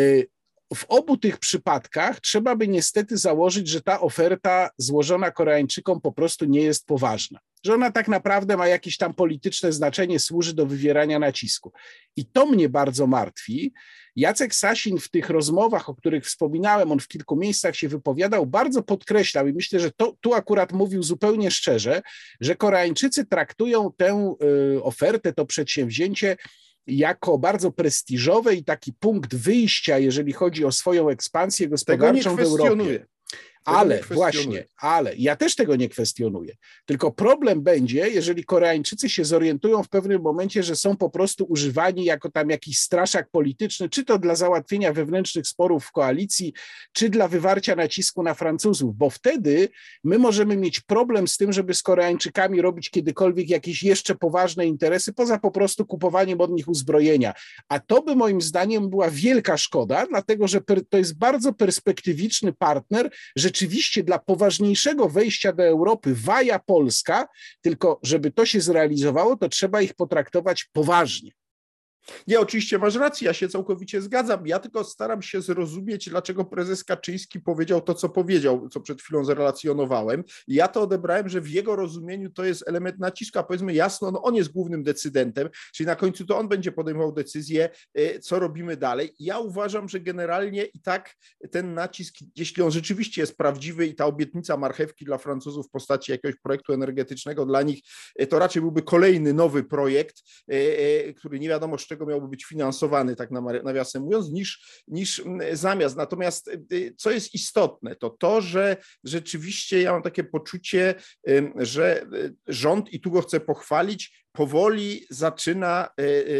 Speaker 1: w obu tych przypadkach trzeba by niestety założyć, że ta oferta złożona Koreańczykom po prostu nie jest poważna, że ona tak naprawdę ma jakieś tam polityczne znaczenie, służy do wywierania nacisku. I to mnie bardzo martwi. Jacek Sasin w tych rozmowach, o których wspominałem, on w kilku miejscach się wypowiadał, bardzo podkreślał i myślę, że tu akurat mówił zupełnie szczerze, że Koreańczycy traktują tę ofertę, to przedsięwzięcie jako bardzo prestiżowe i taki punkt wyjścia, jeżeli chodzi o swoją ekspansję gospodarczą w Europie. Ale właśnie, ja też tego nie kwestionuję. Tylko problem będzie, jeżeli Koreańczycy się zorientują w pewnym momencie, że są po prostu używani jako tam jakiś straszak polityczny, czy to dla załatwienia wewnętrznych sporów w koalicji, czy dla wywarcia nacisku na Francuzów, bo wtedy my możemy mieć problem z tym, żeby z Koreańczykami robić kiedykolwiek jakieś jeszcze poważne interesy, poza po prostu kupowaniem od nich uzbrojenia. A to by moim zdaniem była wielka szkoda, dlatego że to jest bardzo perspektywiczny partner, rzeczywiście dla poważniejszego wejścia do Europy via Polska, tylko żeby to się zrealizowało, to trzeba ich potraktować poważnie.
Speaker 2: Nie, oczywiście masz rację, ja się całkowicie zgadzam. Ja tylko staram się zrozumieć, dlaczego prezes Kaczyński powiedział to, co powiedział, co przed chwilą zrelacjonowałem. I ja to odebrałem, że w jego rozumieniu to jest element nacisku, a powiedzmy jasno, no on jest głównym decydentem, czyli na końcu to on będzie podejmował decyzję, co robimy dalej. I ja uważam, że generalnie i tak ten nacisk, jeśli on rzeczywiście jest prawdziwy i ta obietnica marchewki dla Francuzów w postaci jakiegoś projektu energetycznego dla nich, to raczej byłby kolejny nowy projekt, który nie wiadomo z czego miałby być finansowany, tak nawiasem mówiąc, niż zamiast. Natomiast co jest istotne, to, że rzeczywiście ja mam takie poczucie, że rząd, i tu go chcę pochwalić, powoli zaczyna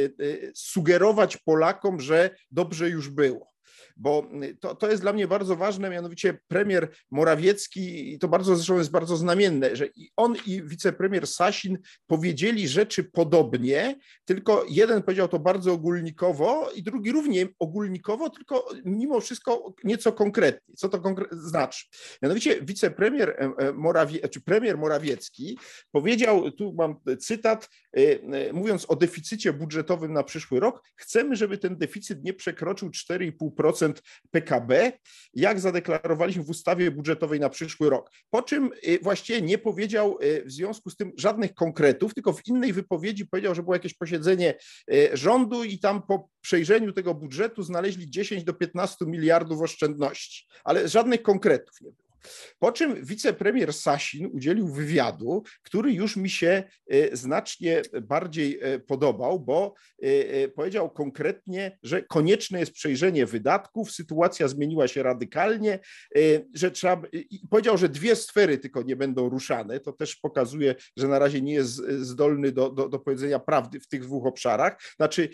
Speaker 2: sugerować Polakom, że dobrze już było. Bo to jest dla mnie bardzo ważne, mianowicie premier Morawiecki, i to zresztą jest bardzo znamienne, że i on i wicepremier Sasin powiedzieli rzeczy podobnie, tylko jeden powiedział to bardzo ogólnikowo i drugi równie ogólnikowo, tylko mimo wszystko nieco konkretnie. Co to znaczy? Mianowicie wicepremier premier Morawiecki powiedział, tu mam cytat, mówiąc o deficycie budżetowym na przyszły rok, chcemy, żeby ten deficyt nie przekroczył 4,5% PKB, jak zadeklarowaliśmy w ustawie budżetowej na przyszły rok. Po czym właściwie nie powiedział w związku z tym żadnych konkretów, tylko w innej wypowiedzi powiedział, że było jakieś posiedzenie rządu i tam po przejrzeniu tego budżetu znaleźli 10 do 15 miliardów oszczędności, ale żadnych konkretów nie było. Po czym wicepremier Sasin udzielił wywiadu, który już mi się znacznie bardziej podobał, bo powiedział konkretnie, że konieczne jest przejrzenie wydatków, sytuacja zmieniła się radykalnie, że trzeba, i powiedział, że 2 sfery tylko nie będą ruszane. To też pokazuje, że na razie nie jest zdolny do powiedzenia prawdy w tych 2 obszarach. Znaczy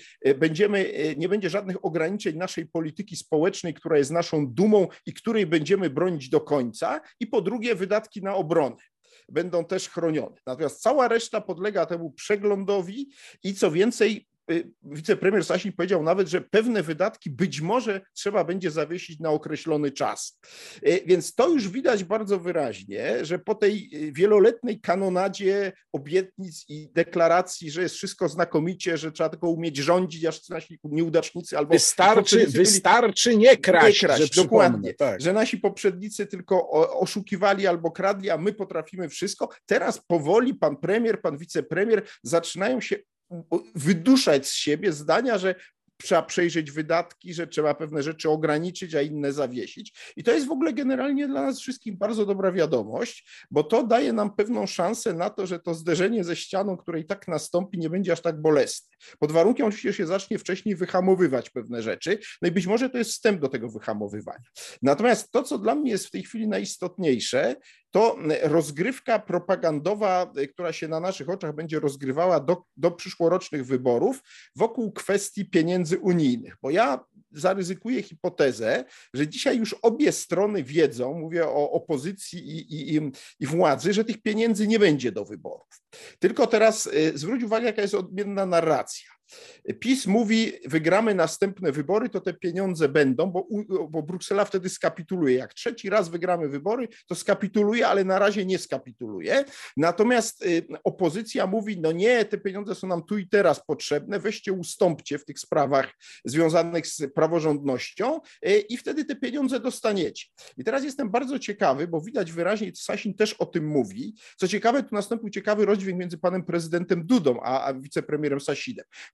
Speaker 2: nie będzie żadnych ograniczeń naszej polityki społecznej, która jest naszą dumą i której będziemy bronić do końca. I po drugie wydatki na obronę będą też chronione. Natomiast cała reszta podlega temu przeglądowi i co więcej, wicepremier Sasin powiedział nawet, że pewne wydatki być może trzeba będzie zawiesić na określony czas. Więc to już widać bardzo wyraźnie, że po tej wieloletniej kanonadzie obietnic i deklaracji, że jest wszystko znakomicie, że trzeba tylko umieć rządzić, aż nasi nieudacznicy albo
Speaker 1: wystarczy nie kraść,
Speaker 2: dokładnie, tak. Że nasi poprzednicy tylko oszukiwali albo kradli, a my potrafimy wszystko. Teraz powoli pan premier, pan wicepremier zaczynają się wyduszać z siebie zdania, że trzeba przejrzeć wydatki, że trzeba pewne rzeczy ograniczyć, a inne zawiesić. I to jest w ogóle generalnie dla nas wszystkich bardzo dobra wiadomość, bo to daje nam pewną szansę na to, że to zderzenie ze ścianą, które i tak nastąpi, nie będzie aż tak bolesne. Pod warunkiem oczywiście, że się zacznie wcześniej wyhamowywać pewne rzeczy, no i być może to jest wstęp do tego wyhamowywania. Natomiast to, co dla mnie jest w tej chwili najistotniejsze, to rozgrywka propagandowa, która się na naszych oczach będzie rozgrywała do przyszłorocznych wyborów wokół kwestii pieniędzy unijnych. Bo ja zaryzykuję hipotezę, że dzisiaj już obie strony wiedzą, mówię o opozycji i władzy, że tych pieniędzy nie będzie do wyborów. Tylko teraz zwróć uwagę, jaka jest odmienna narracja. PiS mówi, wygramy następne wybory, to te pieniądze będą, bo Bruksela wtedy skapituluje. Jak 3. raz wygramy wybory, to skapituluje, ale na razie nie skapituluje. Natomiast opozycja mówi, no nie, te pieniądze są nam tu i teraz potrzebne, weźcie ustąpcie w tych sprawach związanych z praworządnością i wtedy te pieniądze dostaniecie. I teraz jestem bardzo ciekawy, bo widać wyraźnie, Sasin też o tym mówi. Co ciekawe, tu nastąpił ciekawy rozdźwięk między panem prezydentem Dudą a wicepremierem Sasinem. Bo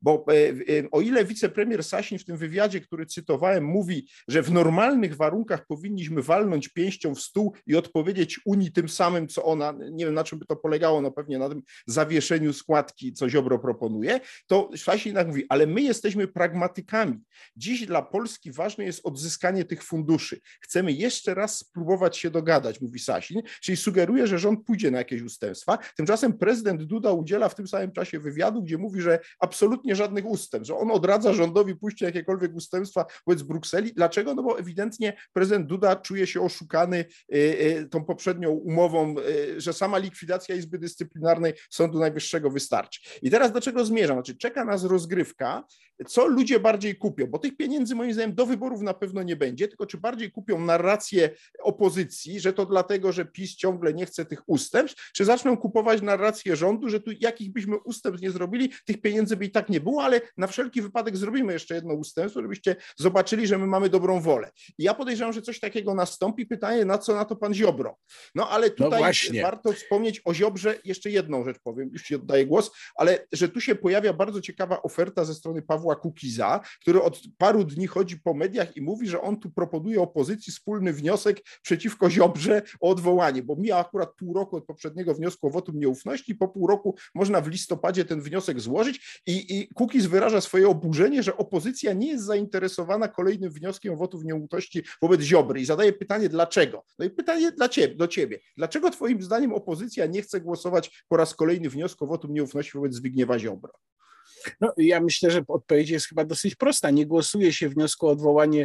Speaker 2: bo o ile wicepremier Sasin w tym wywiadzie, który cytowałem, mówi, że w normalnych warunkach powinniśmy walnąć pięścią w stół i odpowiedzieć Unii tym samym, co ona, nie wiem na czym by to polegało, no pewnie na tym zawieszeniu składki, co Ziobro proponuje, to Sasin tak mówi, ale my jesteśmy pragmatykami. Dziś dla Polski ważne jest odzyskanie tych funduszy. Chcemy jeszcze raz spróbować się dogadać, mówi Sasin, czyli sugeruje, że rząd pójdzie na jakieś ustępstwa. Tymczasem prezydent Duda udziela w tym samym czasie wywiadu, gdzie mówi, że absolutnie żadnych ustępstw, że on odradza rządowi pójście na jakiekolwiek ustępstwa wobec Brukseli. Dlaczego? No bo ewidentnie prezydent Duda czuje się oszukany tą poprzednią umową, że sama likwidacja Izby Dyscyplinarnej Sądu Najwyższego wystarczy. I teraz do czego zmierzam? Znaczy czeka nas rozgrywka, co ludzie bardziej kupią, bo tych pieniędzy moim zdaniem do wyborów na pewno nie będzie, tylko czy bardziej kupią narrację opozycji, że to dlatego, że PiS ciągle nie chce tych ustępstw, czy zaczną kupować narrację rządu, że tu jakich byśmy ustępstw nie zrobili, tych pieniędzy by i tak nie było, ale na wszelki wypadek zrobimy jeszcze jedno ustępstwo, żebyście zobaczyli, że my mamy dobrą wolę. I ja podejrzewam, że coś takiego nastąpi. Pytanie, na co na to pan Ziobro? No ale tutaj warto wspomnieć o Ziobrze. Jeszcze jedną rzecz powiem, już ci oddaję głos, ale że tu się pojawia bardzo ciekawa oferta ze strony Pawła Kukiza, który od paru dni chodzi po mediach i mówi, że on tu proponuje opozycji wspólny wniosek przeciwko Ziobrze o odwołanie, bo mija akurat pół roku od poprzedniego wniosku o wotum nieufności, po pół roku można w listopadzie ten wniosek złożyć i Kukiz wyraża swoje oburzenie, że opozycja nie jest zainteresowana kolejnym wnioskiem o wotum nieufności wobec Ziobry i zadaje pytanie, dlaczego? No i pytanie do ciebie. Dlaczego twoim zdaniem opozycja nie chce głosować po raz kolejny wniosku o wotum nieufności wobec Zbigniewa Ziobry?
Speaker 1: No, ja myślę, że odpowiedź jest chyba dosyć prosta. Nie głosuje się wniosku o odwołanie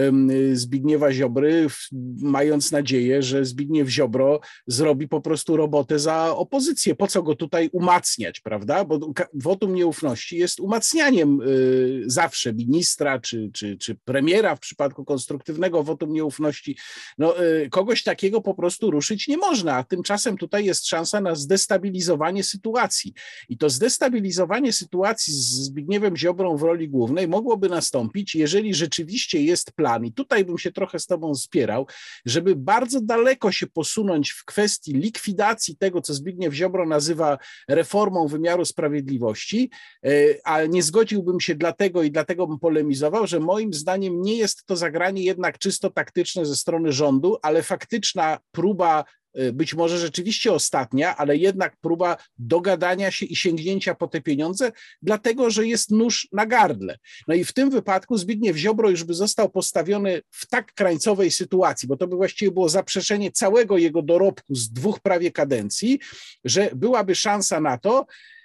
Speaker 1: Zbigniewa Ziobry, mając nadzieję, że Zbigniew Ziobro zrobi po prostu robotę za opozycję. Po co go tutaj umacniać, prawda? Bo wotum nieufności jest umacnianiem zawsze ministra czy premiera w przypadku konstruktywnego wotum nieufności. No, kogoś takiego po prostu ruszyć nie można, a tymczasem tutaj jest szansa na zdestabilizowanie sytuacji. I to zdestabilizowanie sytuacji z Zbigniewem Ziobrą w roli głównej mogłoby nastąpić, jeżeli rzeczywiście jest plan, i tutaj bym się trochę z tobą spierał, żeby bardzo daleko się posunąć w kwestii likwidacji tego, co Zbigniew Ziobro nazywa reformą wymiaru sprawiedliwości, ale nie zgodziłbym się dlatego bym polemizował, że moim zdaniem nie jest to zagranie jednak czysto taktyczne ze strony rządu, ale faktyczna próba, być może rzeczywiście ostatnia, ale jednak próba dogadania się i sięgnięcia po te pieniądze, dlatego że jest nóż na gardle. No i w tym wypadku Zbigniew Ziobro już by został postawiony w tak krańcowej sytuacji, bo to by właściwie było zaprzeczenie całego jego dorobku z 2 prawie kadencji, że byłaby szansa na to,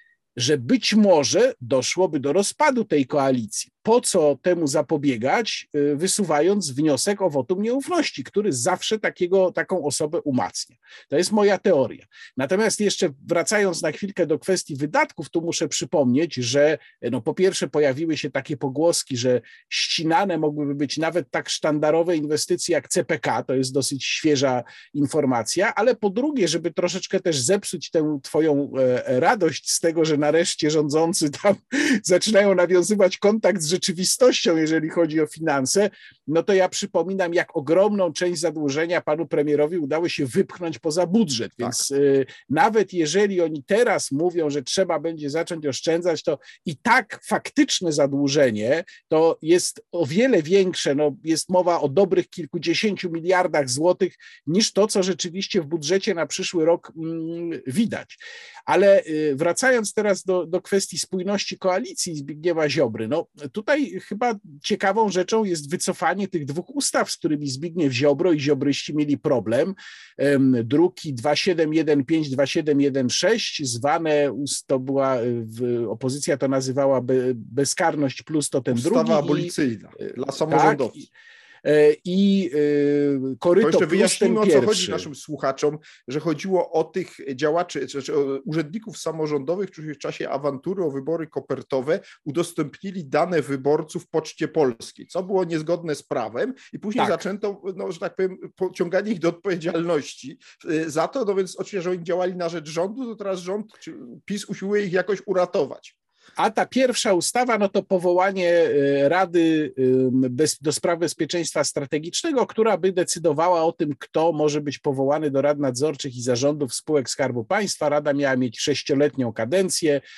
Speaker 1: że być może doszłoby do rozpadu tej koalicji. Po co temu zapobiegać, wysuwając wniosek o wotum nieufności, który zawsze taką osobę umacnia. To jest moja teoria. Natomiast jeszcze wracając na chwilkę do kwestii wydatków, tu muszę przypomnieć, że no po pierwsze pojawiły się takie pogłoski, że ścinane mogłyby być nawet tak sztandarowe inwestycje jak CPK, to jest dosyć świeża informacja, ale po drugie, żeby troszeczkę też zepsuć tę twoją radość z tego, że nareszcie rządzący tam zaczynają nawiązywać kontakt z rzeczywistością, jeżeli chodzi o finanse, no to ja przypominam, jak ogromną część zadłużenia panu premierowi udało się wypchnąć poza budżet, więc nawet jeżeli oni teraz mówią, że trzeba będzie zacząć oszczędzać, to i tak faktyczne zadłużenie to jest o wiele większe, no jest mowa o dobrych kilkudziesięciu miliardach złotych niż to, co rzeczywiście w budżecie na przyszły rok widać. Ale wracając teraz do kwestii spójności koalicji Zbigniewa Ziobry, no tutaj chyba ciekawą rzeczą jest wycofanie tych 2 ustaw, z którymi Zbigniew Ziobro i ziobryści mieli problem. Druki 2715, 2716, zwane, to była, opozycja to nazywała bezkarność plus to ten drugi.
Speaker 2: Ustawa abolicyjna dla samorządowców.
Speaker 1: I koryto
Speaker 2: to jeszcze wyjaśnijmy, o co
Speaker 1: pierwszy.
Speaker 2: chodzi naszym słuchaczom, że chodziło o tych działaczy, czy urzędników samorządowych, którzy w czasie awantury o wybory kopertowe udostępnili dane wyborców Poczcie Polskiej, co było niezgodne z prawem i później zaczęto, no, że tak powiem, pociąganie ich do odpowiedzialności za to, no więc oczywiście, że oni działali na rzecz rządu, to teraz rząd, czy PiS usiłuje ich jakoś uratować.
Speaker 1: A ta pierwsza ustawa, no to powołanie Rady do spraw bezpieczeństwa strategicznego, która by decydowała o tym, kto może być powołany do rad nadzorczych i zarządów spółek Skarbu Państwa. Rada miała mieć 6-letnią kadencję.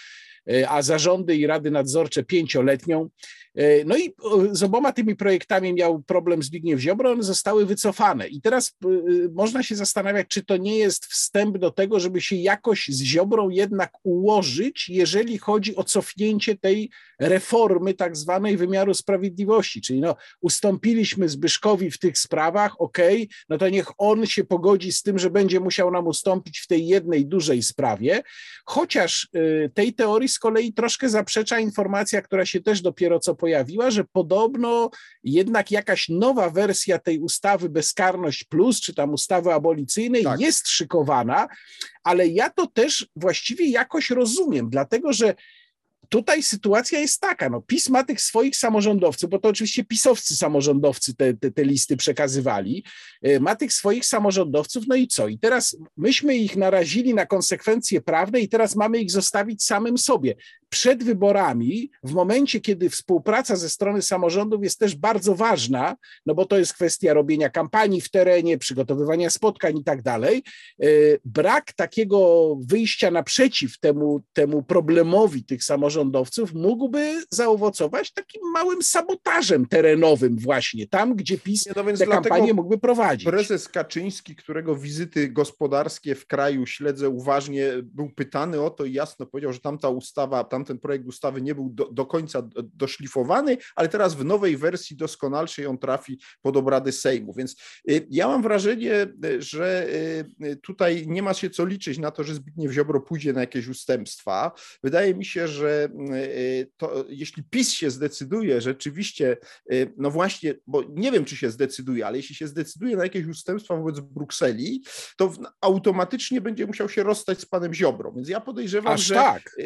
Speaker 1: a zarządy i rady nadzorcze 5-letnią. No i z oboma tymi projektami miał problem Zbigniew Ziobro, one zostały wycofane. I teraz można się zastanawiać, czy to nie jest wstęp do tego, żeby się jakoś z Ziobrą jednak ułożyć, jeżeli chodzi o cofnięcie tej reformy tak zwanej wymiaru sprawiedliwości. Czyli no, ustąpiliśmy Zbyszkowi w tych sprawach, okej, no to niech on się pogodzi z tym, że będzie musiał nam ustąpić w tej jednej dużej sprawie, chociaż tej teorii z kolei troszkę zaprzecza informacja, która się też dopiero co pojawiła, że podobno jednak jakaś nowa wersja tej ustawy Bezkarność Plus, czy tam ustawy abolicyjnej jest szykowana, ale ja to też właściwie jakoś rozumiem, dlatego że tutaj sytuacja jest taka, no PiS ma tych swoich samorządowców, bo to oczywiście pisowscy samorządowcy te listy przekazywali, ma tych swoich samorządowców, no i co? I teraz myśmy ich narazili na konsekwencje prawne i teraz mamy ich zostawić samym sobie. Przed wyborami, w momencie, kiedy współpraca ze strony samorządów jest też bardzo ważna, no bo to jest kwestia robienia kampanii w terenie, przygotowywania spotkań i tak dalej, brak takiego wyjścia naprzeciw temu problemowi tych samorządowców mógłby zaowocować takim małym sabotażem terenowym właśnie, tam gdzie PiS te kampanie mógłby prowadzić.
Speaker 2: Prezes Kaczyński, którego wizyty gospodarskie w kraju śledzę uważnie, był pytany o to i jasno powiedział, że tamten projekt ustawy nie był do końca doszlifowany, ale teraz w nowej wersji doskonalszej on trafi pod obrady Sejmu. Więc ja mam wrażenie, że tutaj nie ma się co liczyć na to, że Zbigniew Ziobro pójdzie na jakieś ustępstwa. Wydaje mi się, że to, jeśli PiS się zdecyduje rzeczywiście, no właśnie, bo nie wiem, czy się zdecyduje, ale jeśli się zdecyduje na jakieś ustępstwa wobec Brukseli, to automatycznie będzie musiał się rozstać z panem Ziobrą. Więc ja podejrzewam, że...
Speaker 1: Tak.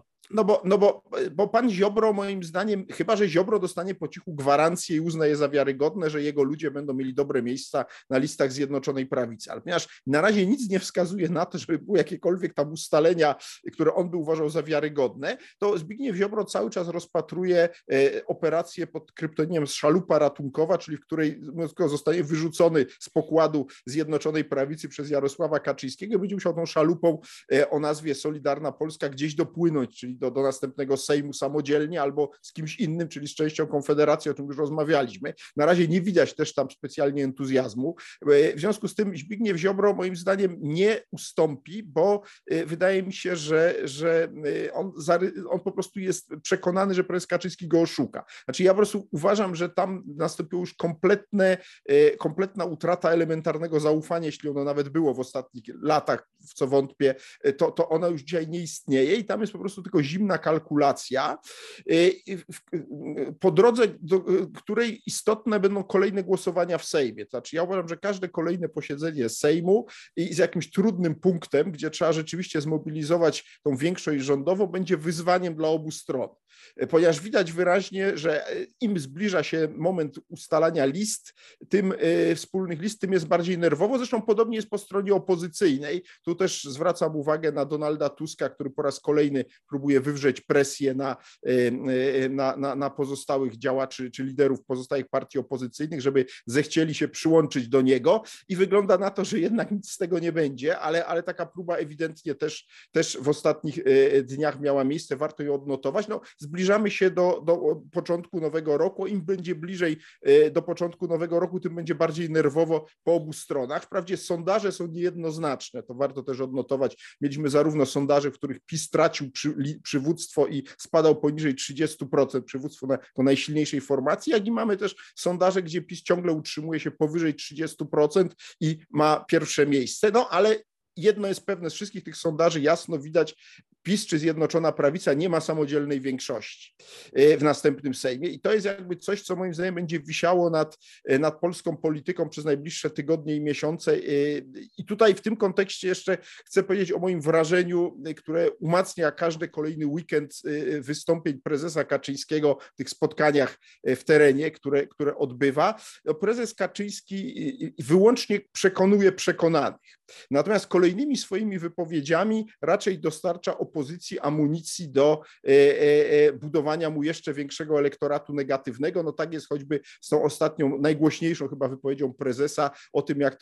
Speaker 2: Bo pan Ziobro, moim zdaniem, chyba że Ziobro dostanie po cichu gwarancję i uzna je za wiarygodne, że jego ludzie będą mieli dobre miejsca na listach Zjednoczonej Prawicy. Ale ponieważ na razie nic nie wskazuje na to, żeby były jakiekolwiek tam ustalenia, które on by uważał za wiarygodne, to Zbigniew Ziobro cały czas rozpatruje operację pod kryptonimem Szalupa Ratunkowa, czyli w której zostanie wyrzucony z pokładu Zjednoczonej Prawicy przez Jarosława Kaczyńskiego i będzie musiał tą szalupą o nazwie Solidarna Polska gdzieś dopłynąć, czyli do następnego Sejmu samodzielnie albo z kimś innym, czyli z częścią Konfederacji, o czym już rozmawialiśmy. Na razie nie widać też tam specjalnie entuzjazmu. W związku z tym Zbigniew Ziobro moim zdaniem nie ustąpi, bo wydaje mi się, że on po prostu jest przekonany, że prezes Kaczyński go oszuka. Znaczy ja po prostu uważam, że tam nastąpiła już kompletna utrata elementarnego zaufania, jeśli ono nawet było w ostatnich latach, w co wątpię, to ono już dzisiaj nie istnieje i tam jest po prostu tylko zimna kalkulacja, po drodze do której istotne będą kolejne głosowania w Sejmie. Znaczy ja uważam, że każde kolejne posiedzenie Sejmu i z jakimś trudnym punktem, gdzie trzeba rzeczywiście zmobilizować tą większość rządową, będzie wyzwaniem dla obu stron. Ponieważ widać wyraźnie, że im zbliża się moment ustalania list, tym wspólnych list, tym jest bardziej nerwowo. Zresztą podobnie jest po stronie opozycyjnej. Tu też zwracam uwagę na Donalda Tuska, który po raz kolejny próbuje wywrzeć presję na pozostałych działaczy czy liderów pozostałych partii opozycyjnych, żeby zechcieli się przyłączyć do niego i wygląda na to, że jednak nic z tego nie będzie, ale taka próba ewidentnie też w ostatnich dniach miała miejsce, warto ją odnotować. No, zbliżamy się do początku nowego roku, im będzie bliżej do początku nowego roku, tym będzie bardziej nerwowo po obu stronach. Wprawdzie sondaże są niejednoznaczne, to warto też odnotować. Mieliśmy zarówno sondaże, w których PiS stracił przywództwo i spadał poniżej 30% przywództwo po najsilniejszej formacji, jak i mamy też sondaże, gdzie PiS ciągle utrzymuje się powyżej 30% i ma pierwsze miejsce. No ale jedno jest pewne, z wszystkich tych sondaży jasno widać, PiS czy Zjednoczona Prawica nie ma samodzielnej większości w następnym Sejmie i to jest jakby coś, co moim zdaniem będzie wisiało nad polską polityką przez najbliższe tygodnie i miesiące i tutaj w tym kontekście jeszcze chcę powiedzieć o moim wrażeniu, które umacnia każdy kolejny weekend wystąpień prezesa Kaczyńskiego w tych spotkaniach w terenie, które odbywa. Prezes Kaczyński wyłącznie przekonuje przekonanych. Natomiast kolejnymi swoimi wypowiedziami raczej dostarcza opozycji amunicji do budowania mu jeszcze większego elektoratu negatywnego. No tak jest choćby z tą ostatnią, najgłośniejszą chyba wypowiedzią prezesa o tym, jak to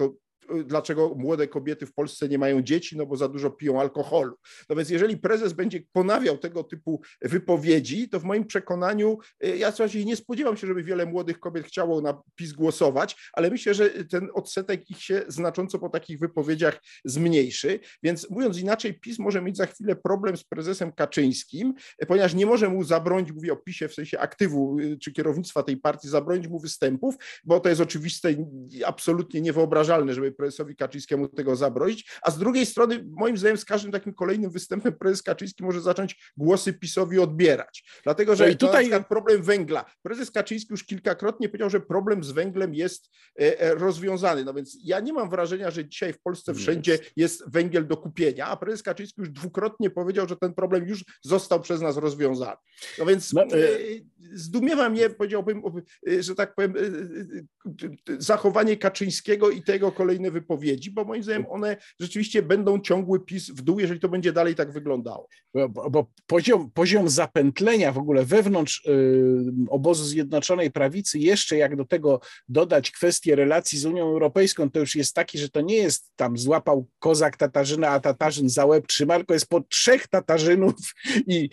Speaker 2: dlaczego młode kobiety w Polsce nie mają dzieci, no bo za dużo piją alkoholu. No więc jeżeli prezes będzie ponawiał tego typu wypowiedzi, to w moim przekonaniu, ja słuchajcie, nie spodziewam się, żeby wiele młodych kobiet chciało na PiS głosować, ale myślę, że ten odsetek ich się znacząco po takich wypowiedziach zmniejszy, więc mówiąc inaczej, PiS może mieć za chwilę problem z prezesem Kaczyńskim, ponieważ nie może mu zabronić, mówię o PiSie w sensie aktywu czy kierownictwa tej partii, zabronić mu występów, bo to jest oczywiste i absolutnie niewyobrażalne, żeby prezesowi Kaczyńskiemu tego zabronić, a z drugiej strony moim zdaniem z każdym takim kolejnym występem prezes Kaczyński może zacząć głosy PiS-owi odbierać, dlatego że tutaj na przykład problem węgla. Prezes Kaczyński już kilkakrotnie powiedział, że problem z węglem jest rozwiązany, no więc ja nie mam wrażenia, że dzisiaj w Polsce wszędzie jest węgiel do kupienia, a prezes Kaczyński już dwukrotnie powiedział, że ten problem już został przez nas rozwiązany. No więc zdumiewa mnie, powiedziałbym, że tak powiem, zachowanie Kaczyńskiego i tego kolejne wypowiedzi, bo moim zdaniem one rzeczywiście będą ciągły PiS w dół, jeżeli to będzie dalej tak wyglądało.
Speaker 1: Bo poziom zapętlenia w ogóle wewnątrz obozu Zjednoczonej Prawicy, jeszcze jak do tego dodać kwestię relacji z Unią Europejską, to już jest taki, że to nie jest tam złapał kozak Tatarzyna, a Tatarzyn za łeb trzyma, tylko jest po 3 Tatarzynów i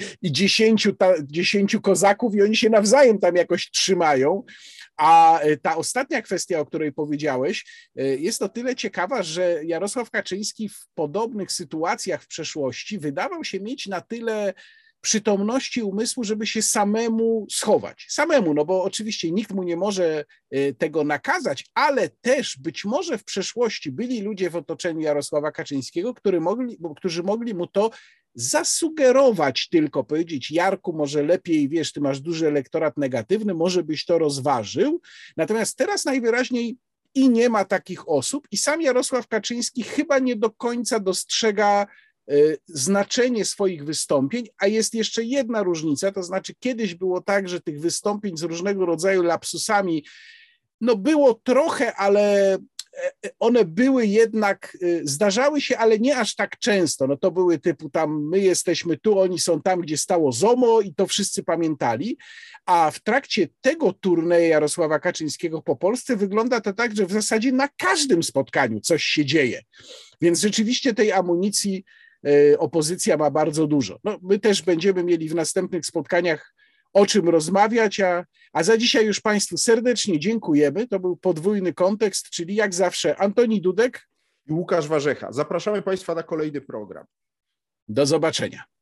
Speaker 1: 10 kozaków i oni się nawzajem tam jakoś trzymają. A ta ostatnia kwestia, o której powiedziałeś, jest o tyle ciekawa, że Jarosław Kaczyński w podobnych sytuacjach w przeszłości wydawał się mieć na tyle przytomności umysłu, żeby się samemu schować. Samemu, no bo oczywiście nikt mu nie może tego nakazać, ale też być może w przeszłości byli ludzie w otoczeniu Jarosława Kaczyńskiego, którzy mogli mu to zasugerować, tylko powiedzieć: Jarku, może lepiej, wiesz, ty masz duży elektorat negatywny, może byś to rozważył. Natomiast teraz najwyraźniej i nie ma takich osób i sam Jarosław Kaczyński chyba nie do końca dostrzega znaczenie swoich wystąpień, a jest jeszcze jedna różnica, to znaczy kiedyś było tak, że tych wystąpień z różnego rodzaju lapsusami no było trochę, ale one były jednak, zdarzały się, ale nie aż tak często. No to były typu tam my jesteśmy tu, oni są tam, gdzie stało ZOMO i to wszyscy pamiętali, a w trakcie tego turnieju Jarosława Kaczyńskiego po Polsce wygląda to tak, że w zasadzie na każdym spotkaniu coś się dzieje. Więc rzeczywiście tej amunicji opozycja ma bardzo dużo. No, my też będziemy mieli w następnych spotkaniach o czym rozmawiać, a za dzisiaj już Państwu serdecznie dziękujemy. To był podwójny kontekst, czyli jak zawsze Antoni Dudek
Speaker 2: i Łukasz Warzecha. Zapraszamy Państwa na kolejny program.
Speaker 1: Do zobaczenia.